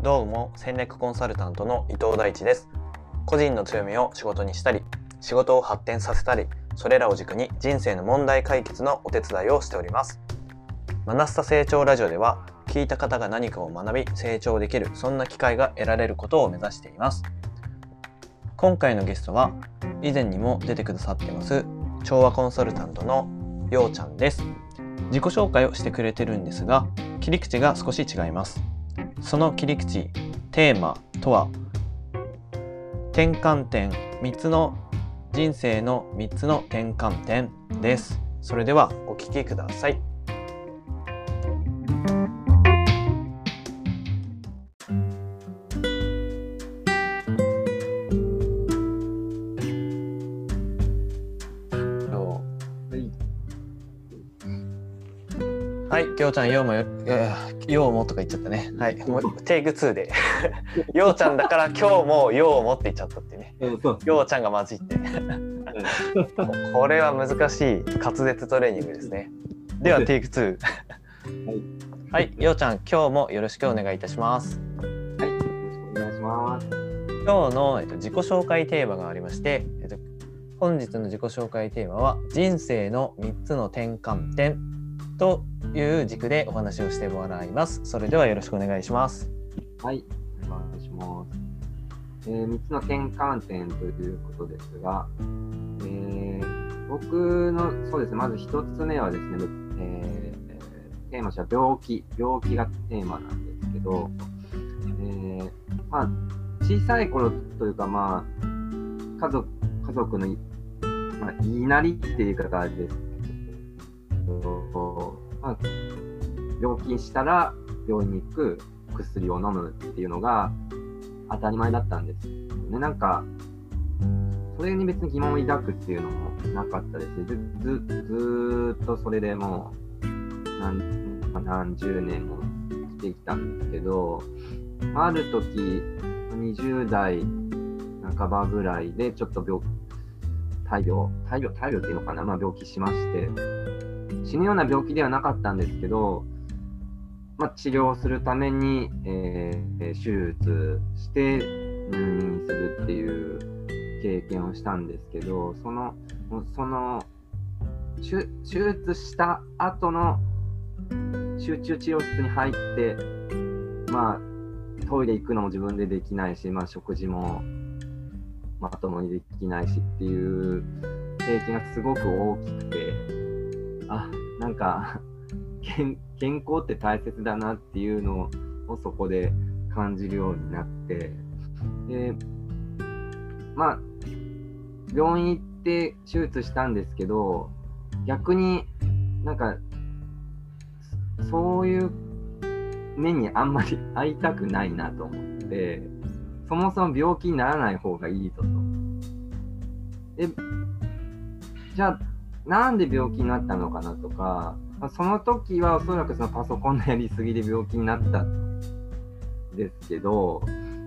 どうも戦略コンサルタントの伊藤大地です。個人の強みを仕事にしたり、仕事を発展させたり、それらを軸に人生の問題解決のお手伝いをしております。マナスタ成長ラジオでは、聞いた方が何かを学び成長できる、そんな機会が得られることを目指しています。今回のゲストは以前にも出てくださってます調和コンサルタントのようちゃんです。自己紹介をしてくれてるんですが、切り口が少し違います。その切り口、テーマとは転換点、3つの人生の3つの転換点です。それではお聞きください。はい、きょうちゃん、ようもとか言っちゃったね。はい、もうテイク2でようちゃんだから今日もようもって言っちゃったってね。ようちゃんが混じってこれは難しい滑舌トレーニングですね。ではテイク2はい、ようちゃん、今日もよろしくお願いいたします。 はい、よろしくお願いします。 今日の、自己紹介テーマがありまして、本日の自己紹介テーマは人生の3つの転換点という軸でお話をしてもらいます。それではよろしくお願いします。 はい、お願いします。3つの転換点ということですが、僕のそうですね、まず1つ目はですね、テーマとしては病気がテーマなんですけど、小さい頃というか、家族の、言いなりっていう言い方ですけど、病気したら病院に行く、薬を飲むっていうのが当たり前だったんですね。なんかそれに別に疑問を抱くっていうのもなかったですね。ずっとそれでもう何十年も生きてきたんですけど、ある時20代半ばぐらいでちょっと大病っていうのかな、病気しまして、死ぬような病気ではなかったんですけど、治療するために、手術して入院するっていう経験をしたんですけど、その手術した後の集中治療室に入って、トイレ行くのも自分でできないし、食事もまともにできないしっていう経験がすごく大きくて、なんか健康って大切だなっていうのをそこで感じるようになって、で病院行って手術したんですけど、逆になんかそういう目にあんまり会いたくないなと思って、そもそも病気にならない方がいいと。じゃあなんで病気になったのかなとか、その時はおそらくそのパソコンのやりすぎで病気になったんですけど、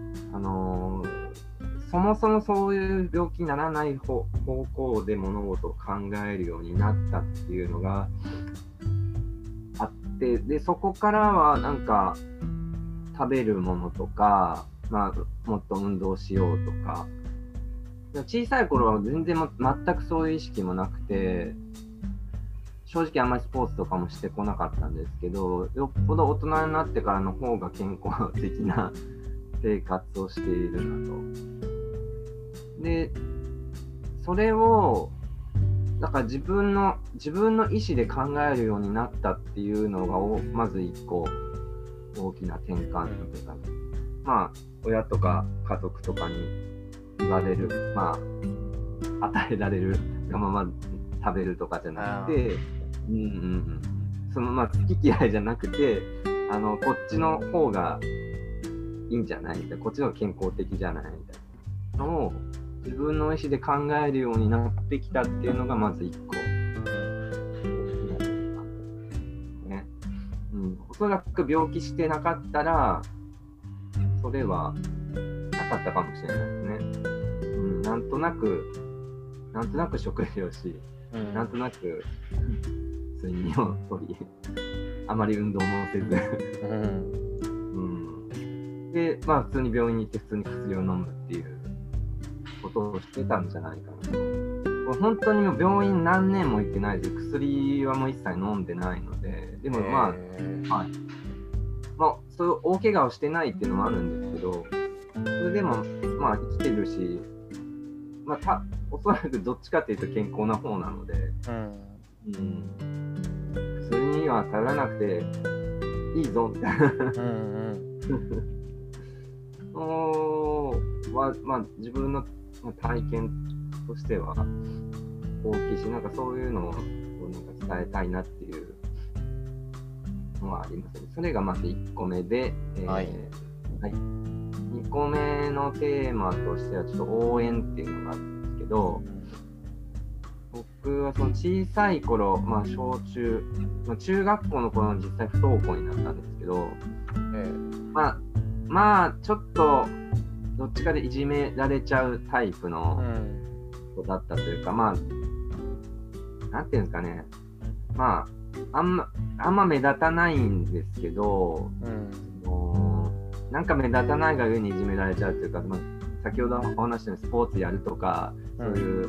そもそもそういう病気にならない方向で物事を考えるようになったっていうのがあって、でそこからはなんか食べるものとか、もっと運動しようとか、小さい頃は全くそういう意識もなくて、正直あんまりスポーツとかもしてこなかったんですけど、よっぽど大人になってからの方が健康的な生活をしているなと。で、それをだから自分の意思で考えるようになったっていうのがまず一個大きな転換点というか、親とか家族とかに言われる、与えられるがまま食べるとかじゃなくて、その好き嫌いじゃなくて、こっちの方がいいんじゃないみたいな、こっちの方が健康的じゃないみたいなのを自分の意思で考えるようになってきたっていうのがまず一個、ね。おそらく病気してなかったらそれはなかったかもしれないですね。なんとなく食事をし、なんとなく睡眠をとり、あまり運動もせず、 で、まあ普通に病院に行って普通に薬を飲むっていうことをしてたんじゃないかなと。もう本当にもう病院何年も行ってないで、薬はもう一切飲んでないので、でもまあ、はい。まあ、そういう大怪我をしてないっていうのもあるんですけど、それでもまあ生きてるし、まあおそらくどっちかっていうと健康な方なので、薬には頼らなくていいぞみたいなまあ自分の体験としては大きいし、なんかそういうのをなんか伝えたいなっていうのはありますね。それがまず1個目で、はい、2個目のテーマとしてはちょっと応援っていうのがあるんですけど、僕はその小さい頃、まあ小中、中学校の頃に実際不登校になったんですけど、まあちょっとどっちかでいじめられちゃうタイプの子だったというか、まあなんていうんですかね、まああんま目立たないんですけど、なんか目立たないがゆえにいじめられちゃうというか、まあ、先ほどお話したようにスポーツやるとか、そういう、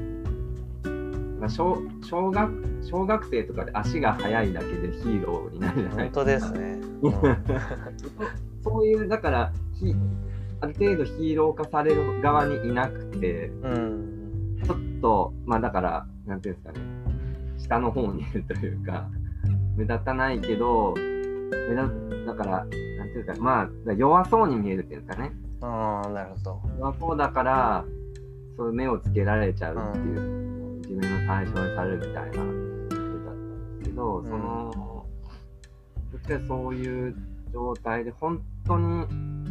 小学生とかで足が速いだけでヒーローになるじゃないですか。 本当ですね。 そういうだからある程度ヒーロー化される側にいなくて、ちょっとまあだからなんていうんですかね、下の方にいるというか、目立たないけどだからなんていうか、まあ弱そうに見えるっていうんですかね。 なるほど。 弱そうだからそういう目をつけられちゃうっていう、いじめの対象にされるみたいなことだったんですけど、その僕はそういう状態で本当に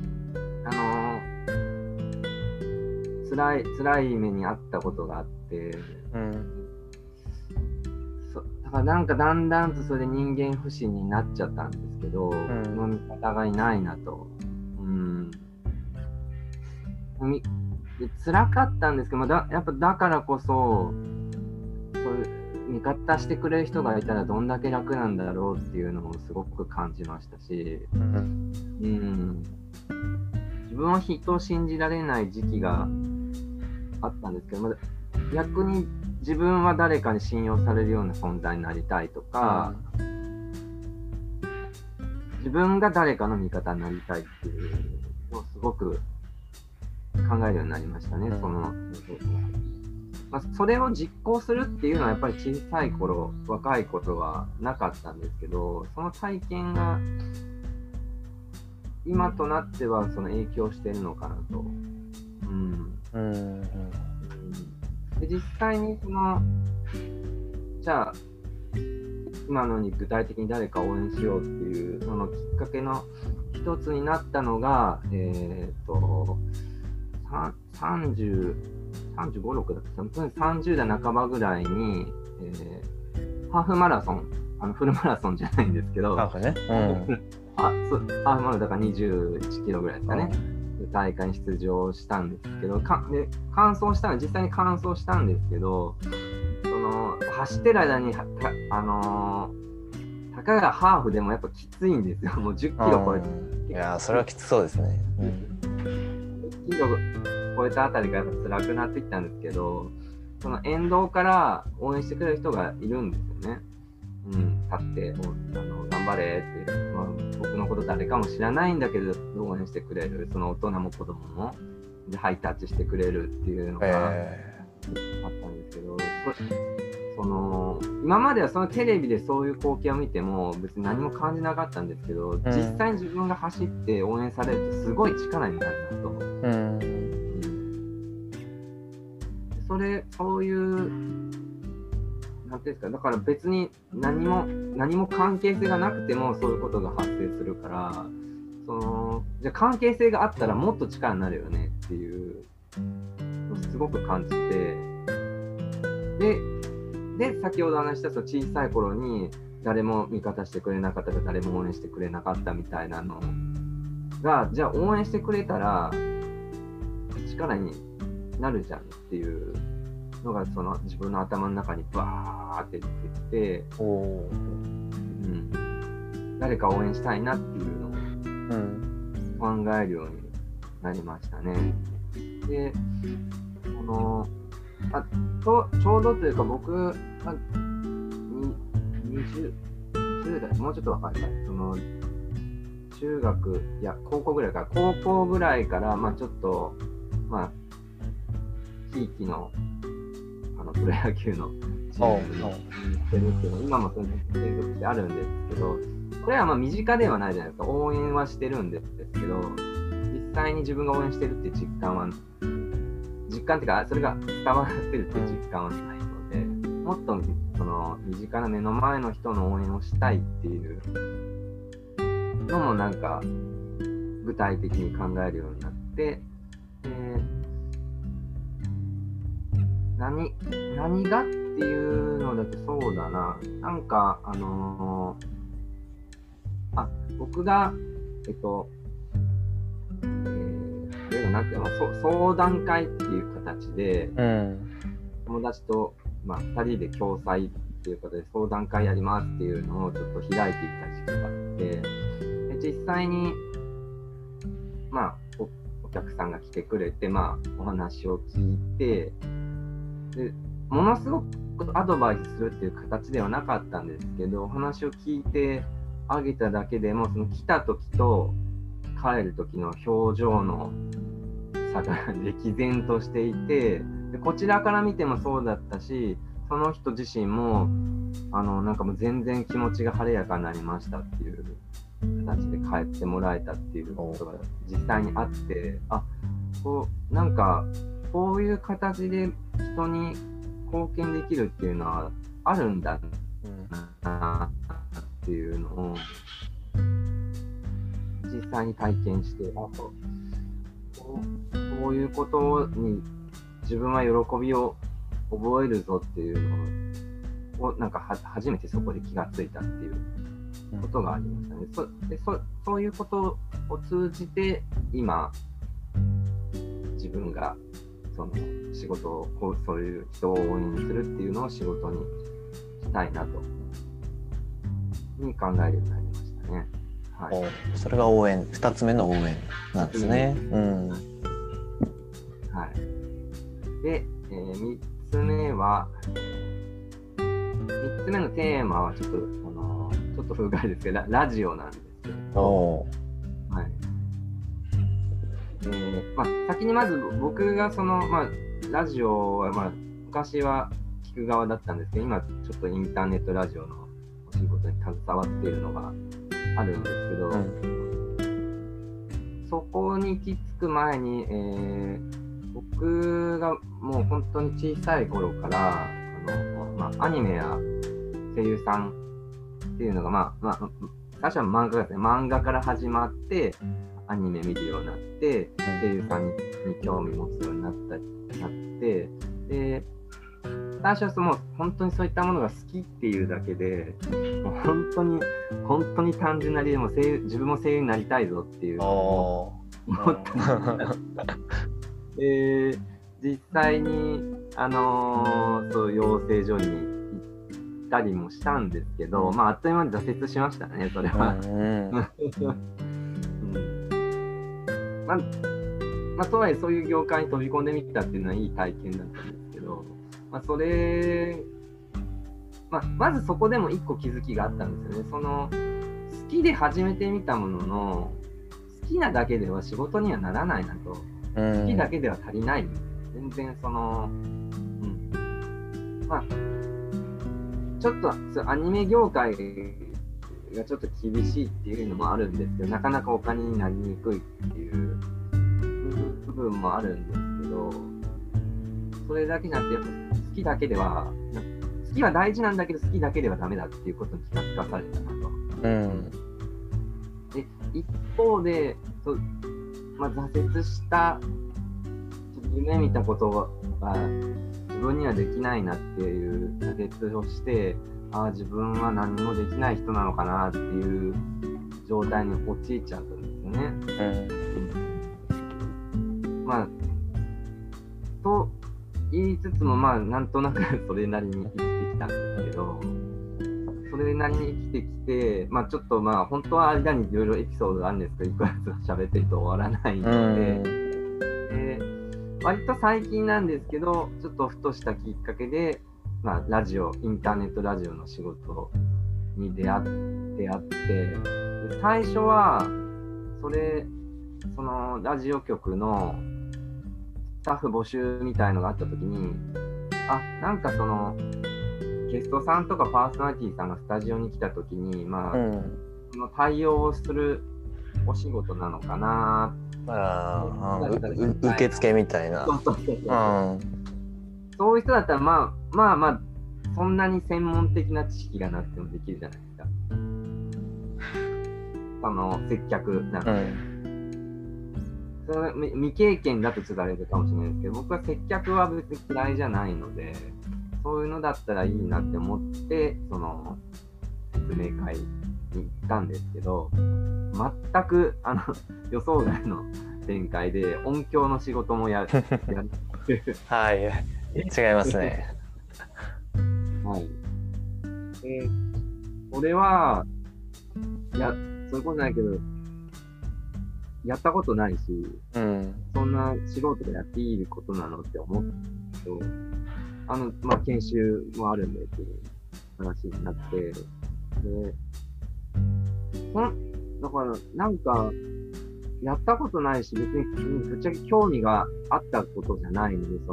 辛い目にあったことがあって、だからなんかだんだんとそれで人間不信になっちゃったんですけど、その味方がいないなと。で辛かったんですけど、やっぱだからこそ、そういう味方してくれる人がいたらどんだけ楽なんだろうっていうのもすごく感じましたし、自分は人を信じられない時期があったんですけど、逆に自分は誰かに信用されるような存在になりたいとか、自分が誰かの味方になりたいっていうのをすごく考えるようになりましたね。それを実行するっていうのはやっぱり小さい頃、若い頃はなかったんですけど、その体験が今となってはその影響しているのかなと。で実際にじゃあ今のに具体的に誰か応援しようっていうそのきっかけの一つになったのが、35、6だった30代半ばぐらいに、ハーフマラソン、フルマラソンじゃないんですけど、ハーフマラソンだから21キロぐらいですかね、大会に出場したんですけど、実際に完走したんですけど、走ってる間にたかがハーフでもやっぱきついんですよ。もう10キロ超えて。 いやそれはきつそうですね。 10キロ超えたあたりがやっぱ辛くなってきたんですけど、その沿道から応援してくれる人がいるんですよね。立って頑張れって、僕のこと誰かも知らないんだけど応援してくれる、その大人も子供もでハイタッチしてくれるっていうのがあったんですけど、今まではそのテレビでそういう光景を見ても別に何も感じなかったんですけど、実際に自分が走って応援されるとすごい力になるなと。そういうなんていうんですか、だから別に何も関係性がなくてもそういうことが発生するから、じゃあ関係性があったらもっと力になるよねっていうのをすごく感じて、で先ほど話した小さい頃に誰も味方してくれなかったか誰も応援してくれなかったみたいなのが、じゃあ応援してくれたら力になるじゃんっていうのが自分の頭の中にバーって出てきて、誰か応援したいなっていうのを、 考えるようになりましたね。で、ちょうどというか僕が20代、もうちょっと若いか、中学、いや、高校ぐらいから、高校ぐらいから、ちょっと、地域の、プロ野球のチームに行ってるっていうのは、今もその継続してあるんですけど、これは身近ではないじゃないですか。応援はしてるんですけど、実際に自分が応援してるっていう実感っていうか、それが伝わってるっていう実感はないので、もっとその身近な目の前の人の応援をしたいっていうのもなんか具体的に考えるようになって、何がっていうのだとそうだな、なんか僕がなんていうの、相談会っていう形で、友達と、2人で共催っていうことで相談会やりますっていうのをちょっと開いていた時期があって、で実際にお客さんが来てくれて、お話を聞いて、でものすごくアドバイスするっていう形ではなかったんですけど、お話を聞いてあげただけでも、その来た時と帰る時の表情の差が歴然としていて、でこちらから見てもそうだったし、その人自身もなんかもう全然気持ちが晴れやかになりましたっていう形で帰ってもらえたっていうことが実際にあって、なんかこういう形で人に貢献できるっていうのはあるんだなっていうのを実際に体験して、こういうことに自分は喜びを覚えるぞっていうのをなんか初めてそこで気がついたっていうことがありましたね。そういうことを通じて今自分がその仕事をそういう人を応援するっていうのを仕事にしたいなとに考えるようになりましたね。はい、 それが応援、2つ目の応援なんですね。 はい。で、3つ目のテーマはちょっと風変わりですけど、ラジオなんですけど、はい。先にまず僕がラジオは昔は聞く側だったんですけど、今ちょっとインターネットラジオのお仕事に携わっているのがあるんですけど、そこに行き着く前に、僕がもう本当に小さい頃からアニメや声優さんっていうのが最初は漫画ですね。漫画から始まってアニメ見るようになって、声優さんに興味持つようになって、で最初はもう本当にそういったものが好きっていうだけで、もう本当に単純な理由も自分も声優になりたいぞっていうのを思った実際にそう養成所に行ったりもしたんですけど、あっという間に挫折しましたね、それは。とはいえそういう業界に飛び込んでみたっていうのはいい体験だったんですけど、それ、まずそこでも一個気づきがあったんですよね。好きで始めてみたものの、好きなだけでは仕事にはならないなと。好きだけでは足りない。全然ちょっとアニメ業界がちょっと厳しいっていうのもあるんですけど、なかなかお金になりにくいっていう部分もあるんですけど、それだけじゃなくて、やっぱ好きだけでは、好きは大事なんだけど好きだけではダメだっていうことに気がつかされたなと。で一方で挫折した夢見たことが自分にはできないなっていう挫折をして、自分は何もできない人なのかなっていう状態に陥っちゃったんですよね。と言いつつもなんとなくそれなりに生きてきたんですけど、 それなりに生きてきて、まあちょっとまあ本当は間にいろいろエピソードがあるんですけど、いくら喋ってると終わらないので、割と最近なんですけど、ちょっとふとしたきっかけで、まあラジオ、インターネットラジオの仕事に出会って、で最初はそのラジオ局のスタッフ募集みたいのがあった時に、なんかそのゲストさんとかパーソナリティさんがスタジオに来た時に、まあ、その対応をするお仕事なのかな。 受付みたいな。 そういう人だったらまあそんなに専門的な知識がなくてもできるじゃないですか。その接客なんで、それ未経験だとちょっとあれかもしれないですけど、僕は接客は別に嫌いじゃないので、そういうのだったらいいなって思ってその説明会に行ったんですけど、全く予想外の展開で音響の仕事もやるはい、違いますね。 はい。俺はそういうことないけど、やったことないし、そんな素人でやっていいことなのって思ったけど、まあ、研修もあるんでっていう話になって、で、だから、なんか、やったことないし、別にぶっちゃけ興味があったことじゃないので、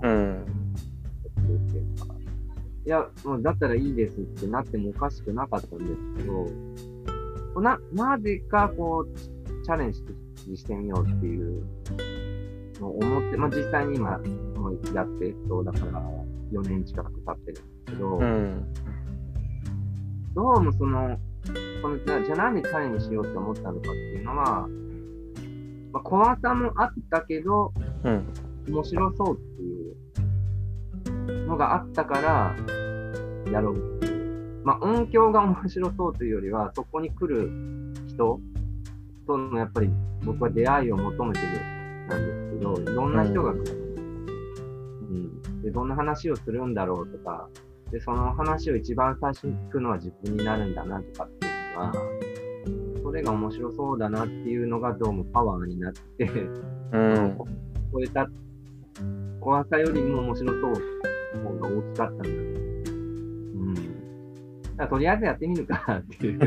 いや、もうだったらいいですってなってもおかしくなかったんですけど、なぜかこう、チャレンジしてみようっていうのを思って、まあ実際に今、やってだから4年近く経ってるんですけど、どうもじゃあなんでチャレンジしようって思ったのかっていうのは、まあ、怖さもあったけど、面白そうっていうのがあったからやろうっていう。まあ音響が面白そうというよりは、そこに来る人とのやっぱり僕は出会いを求めてるなんですけど、いろんな人が来る。で、どんな話をするんだろうとか、で、その話を一番最初に聞くのは自分になるんだなとかっていうのは、それが面白そうだなっていうのがどうもパワーになって、超えた怖さよりも面白そう方が大きかったんだ。だからとりあえずやってみるかっていう。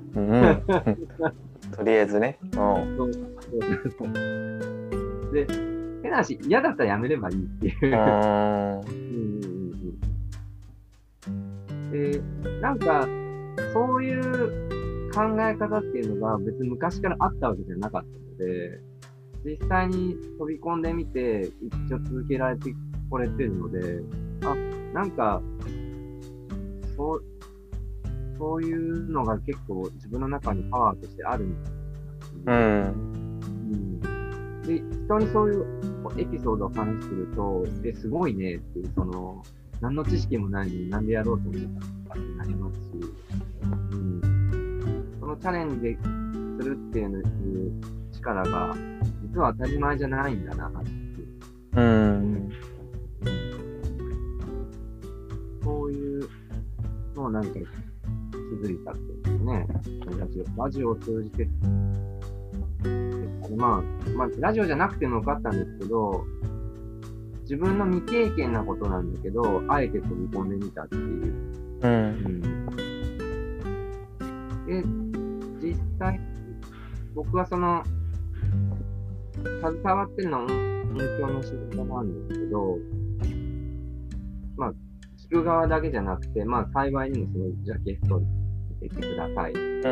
とりあえずね。 で、変な話、嫌だったらやめればいいっていう。で、なんか、そういう考え方っていうのが別に昔からあったわけじゃなかったので、実際に飛び込んでみて、一応続けられてこれてるので、なんか、そういうのが結構自分の中にパワーとしてあるんだなっていう。で、人にそういうエピソードを話すると、すごいねっていう、何の知識もないのになんでやろうと思ったのかってなりますし、そのチャレンジするっていう力が、実は当たり前じゃないんだなっていう。そういうのをなんか気づいたっていうんですね。ラジオを通じて、まあ、ラジオじゃなくても分かったんですけど、自分の未経験なことなんだけど、あえて飛び込んでみたっていう。で、実際、僕は携わってるのは音響の仕事なんですけど、まあ、聞く側だけじゃなくて、まあ、幸いにもじゃあゲストに出てください。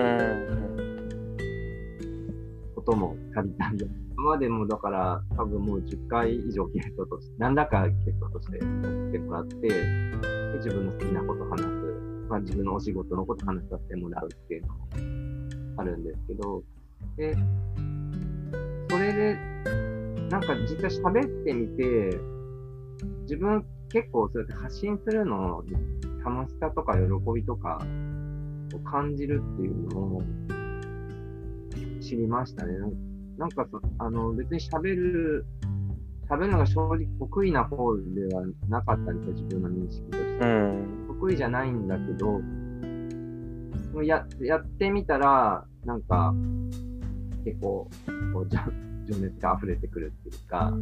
こともたびたび。今までもだから多分もう10回以上ゲストとして、何らかゲストとして来てもらって、で自分の好きなこと話す、まあ自分のお仕事のこと話させてもらうっていうのもあるんですけど、で、それで、なんか実際喋ってみて、自分結構そうやって発信するの楽しさとか喜びとかを感じるっていうのを知りましたね。なんか別に喋るのが正直得意な方ではなかったんですよ、自分の認識として。得意じゃないんだけど、 やってみたら、なんか、結構、こう情熱が溢れてくるっていうか、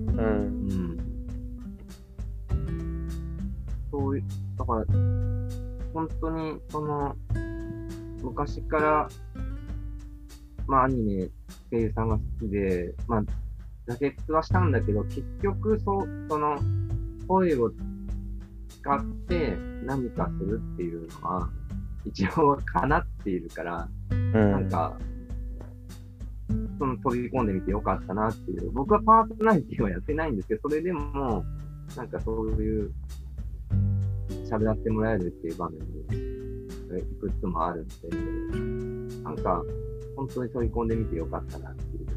そういう、だから、本当に、昔から、アニメ、声優さんが好きで、挫折はしたんだけど、結局、声を使って何かするっていうのは、一応叶っているから、なんか、飛び込んでみてよかったなっていう。僕はパーソナリティはやってないんですけど、それでも、なんかそういう、喋らせてもらえるっていう場面で、いくつもあるんで、なんか、本当に飛び込んでみてよかったなっていうと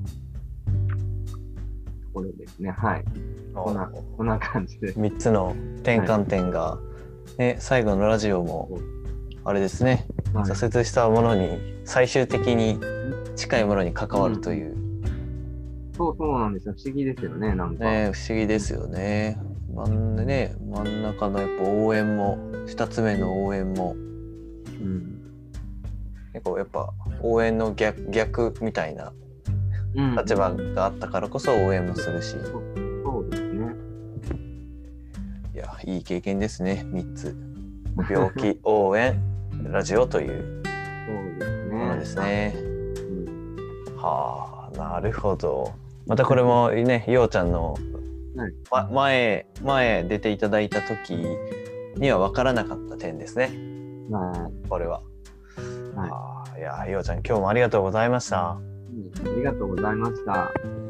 ころですね。はい。こんな感じで。 3つの転換点が、最後のラジオも、あれですね、挫折したものに最終的に近いものに関わるという。 そうなんですよ。不思議ですよね、なんか。 不思議ですよね。真ん中のやっぱ応援も、2つ目の応援も、結構やっぱ応援の逆みたいな立場があったからこそ応援もするし。 そうですね。 いや、いい経験ですね、3つ。病気、応援、ラジオというものですね。はあ、なるほど。またこれもね、ようちゃんの前出ていただいた時には分からなかった点ですね。これは。いや、ようちゃん今日もありがとうございました。 ありがとうございました。